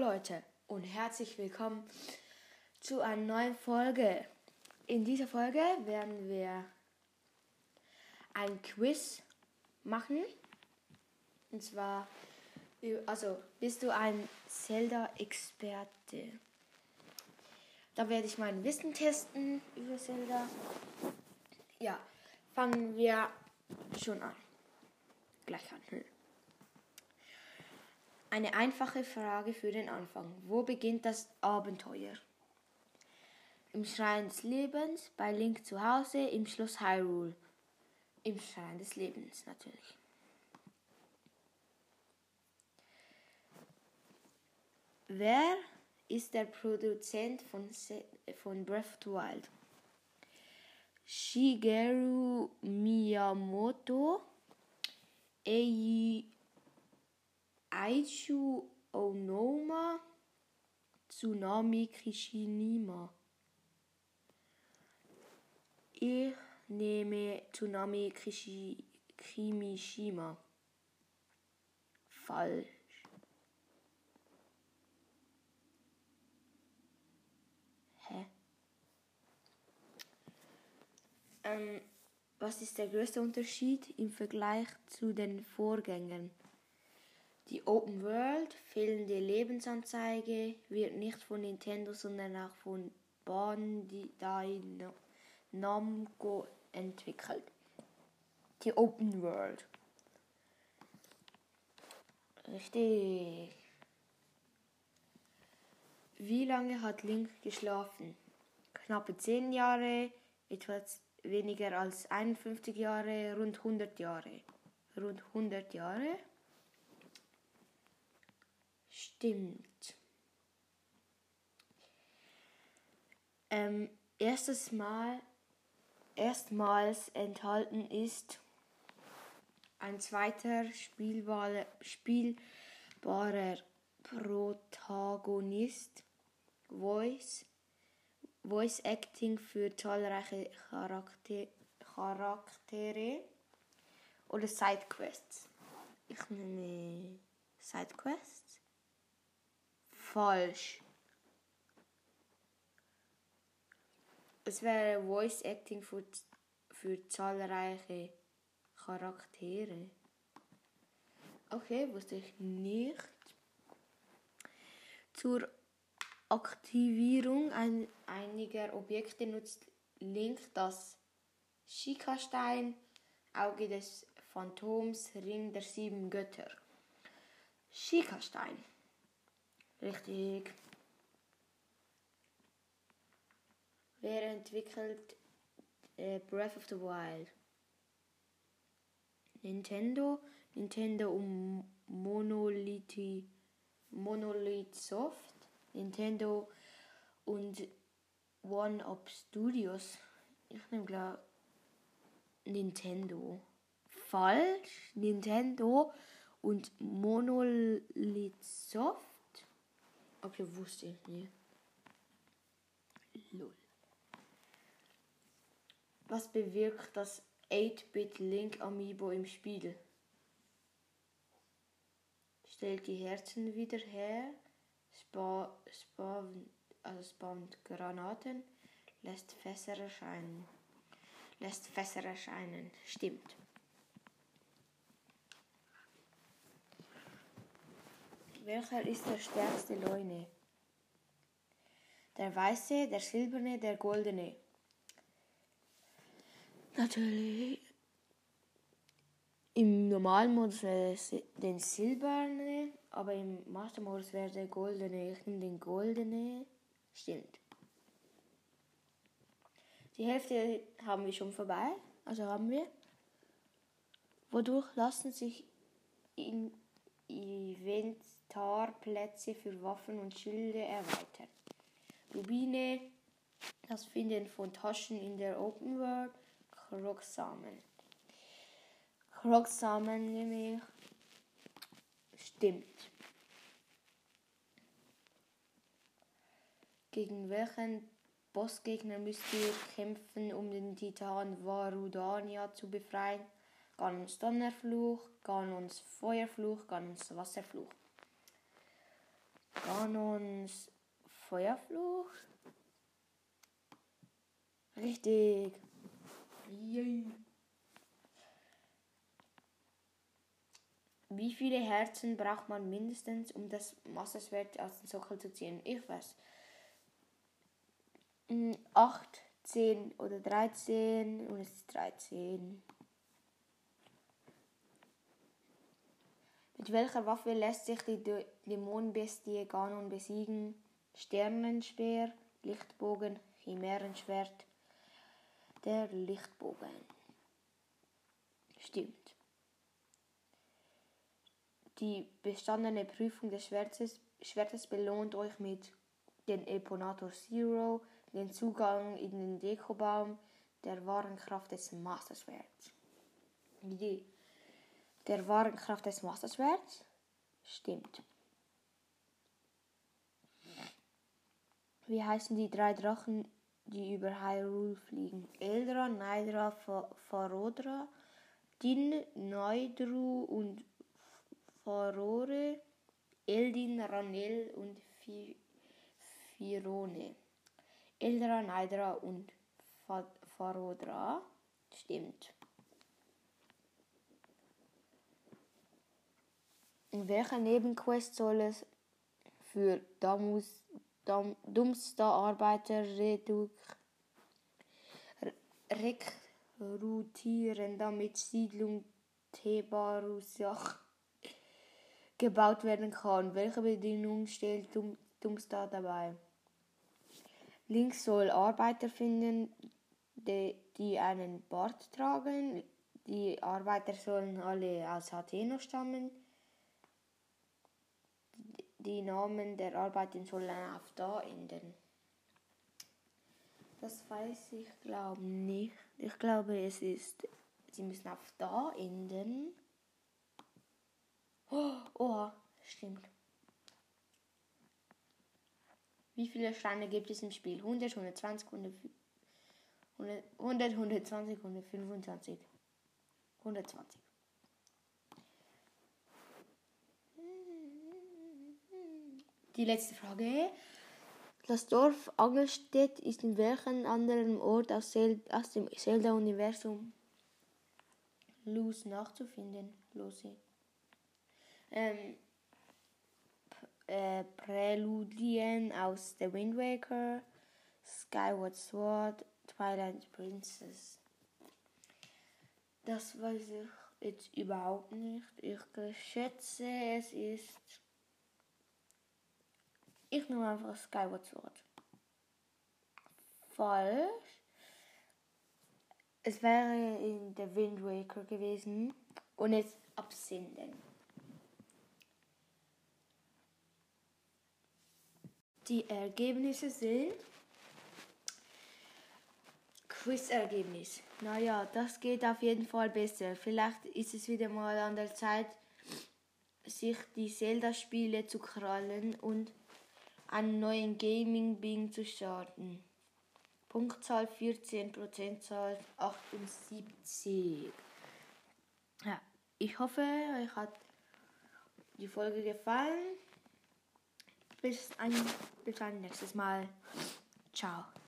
Leute und herzlich willkommen zu einer neuen Folge. In dieser Folge werden wir ein Quiz machen. Und zwar, bist du ein Zelda-Experte? Da werde ich mein Wissen testen über Zelda. Ja, fangen wir schon an. Gleich an. Eine einfache Frage für den Anfang. Wo beginnt das Abenteuer? Im Schrein des Lebens, bei Link zu Hause, im Schloss Hyrule. Im Schrein des Lebens natürlich. Wer ist der Produzent von Breath of the Wild? Shigeru Miyamoto, Eiichi Onoma, Tsunami Kimishima. Ich nehme Tsunami Kimishima. Falsch. Hä? Was ist der größte Unterschied im Vergleich zu den Vorgängern? Die Open World, fehlende Lebensanzeige, wird nicht von Nintendo, sondern auch von Bandai Namco entwickelt. Die Open World. Richtig. Wie lange hat Link geschlafen? Knappe 10 Jahre, etwas weniger als 51 Jahre, rund 100 Jahre. Rund 100 Jahre? Stimmt. Erstmals enthalten ist ein zweiter spielbarer Protagonist, Voice Acting für zahlreiche Charaktere oder Sidequests. Ich nehme Sidequests. Falsch. Es wäre Voice Acting für zahlreiche Charaktere. Okay, wusste ich nicht. Zur Aktivierung einiger Objekte nutzt Link das Sheikah-Stein, Auge des Phantoms, Ring der 7 Götter. Sheikah-Stein. Richtig. Wer entwickelt Breath of the Wild? Nintendo und Monolith Soft, Nintendo und One-Up Studios. Ich nehme glaube Nintendo. Falsch. Nintendo und Monolith Soft. Okay, wusste ich nicht. Lol. Was bewirkt das 8-Bit Link Amiibo im Spiel? Stellt die Herzen wieder her, spawnt Granaten, lässt Fässer erscheinen. Stimmt. Welcher ist der stärkste Leune? Der weiße, der silberne, der goldene. Natürlich. Im normalen Modus wäre es den silberne, aber im Master Modus wäre der goldene. Ich nehme den goldene. Stimmt. Die Hälfte haben wir schon vorbei. Also haben wir. Wodurch lassen sich Inventarplätze für Waffen und Schilde erweitern? Rubine, das Finden von Taschen in der Open World, Krogsamen nehme ich. Stimmt. Gegen welchen Bossgegner müsst ihr kämpfen, um den Titan Varudania zu befreien? Ganons Donnerfluch, Ganons Feuerfluch, Ganons Wasserfluch. Ganons Feuerfluch. Richtig. Yay. Wie viele Herzen braucht man mindestens, um das Master Sword aus dem Sockel zu ziehen? Ich weiß. 8, 10 oder 13 und es ist 13. Mit welcher Waffe lässt sich die Dämonenbestie Ganon besiegen? Sternenspeer, Lichtbogen, Chimärenschwert. Der Lichtbogen. Stimmt. Die bestandene Prüfung des Schwertes belohnt euch mit den Eponator Zero, den Zugang in den Dekobaum, der wahren Kraft des Master Swords. Idee. Der wahren Kraft des Master Swords? Stimmt. Wie heißen die 3 Drachen, die über Hyrule fliegen? Eldra, Naidra, Farodra, Din, Naidru und Farore, Eldin, Ranel und Firone. Eldra, Naidra und Farodra. Stimmt. In welcher Nebenquest soll es für Dumpster-Arbeiter rekrutieren, damit Siedlung Tebarusach gebaut werden kann? Welche Bedingungen stellt Dumpster dabei? Link soll Arbeiter finden, die einen Bart tragen. Die Arbeiter sollen alle aus Hateno stammen. Die Namen der Arbeiter sollen auf da enden. Das weiß ich glaube nicht. Ich glaube sie müssen auf da enden. Oh, stimmt. Wie viele Steine gibt es im Spiel? 100, 120, 100, 120, 125. 120. Die letzte Frage. Das Dorf Angelstedt ist in welchem anderen Ort aus dem Zelda-Universum nachzufinden? Lucy. Präludien aus The Wind Waker, Skyward Sword, Twilight Princess. Das weiß ich jetzt überhaupt nicht. Ich schätze, es ist... Ich nehme einfach Skyward Sword. Falsch. Es wäre in The Wind Waker gewesen. Und jetzt absenden. Die Ergebnisse sind... Quiz-Ergebnis. Naja, das geht auf jeden Fall besser. Vielleicht ist es wieder mal an der Zeit, sich die Zelda-Spiele zu krallen und einen neuen Gaming-Bing zu starten. Punktzahl 14, Prozentzahl 78. Ja, ich hoffe, euch hat die Folge gefallen. Bis ein nächstes Mal. Ciao.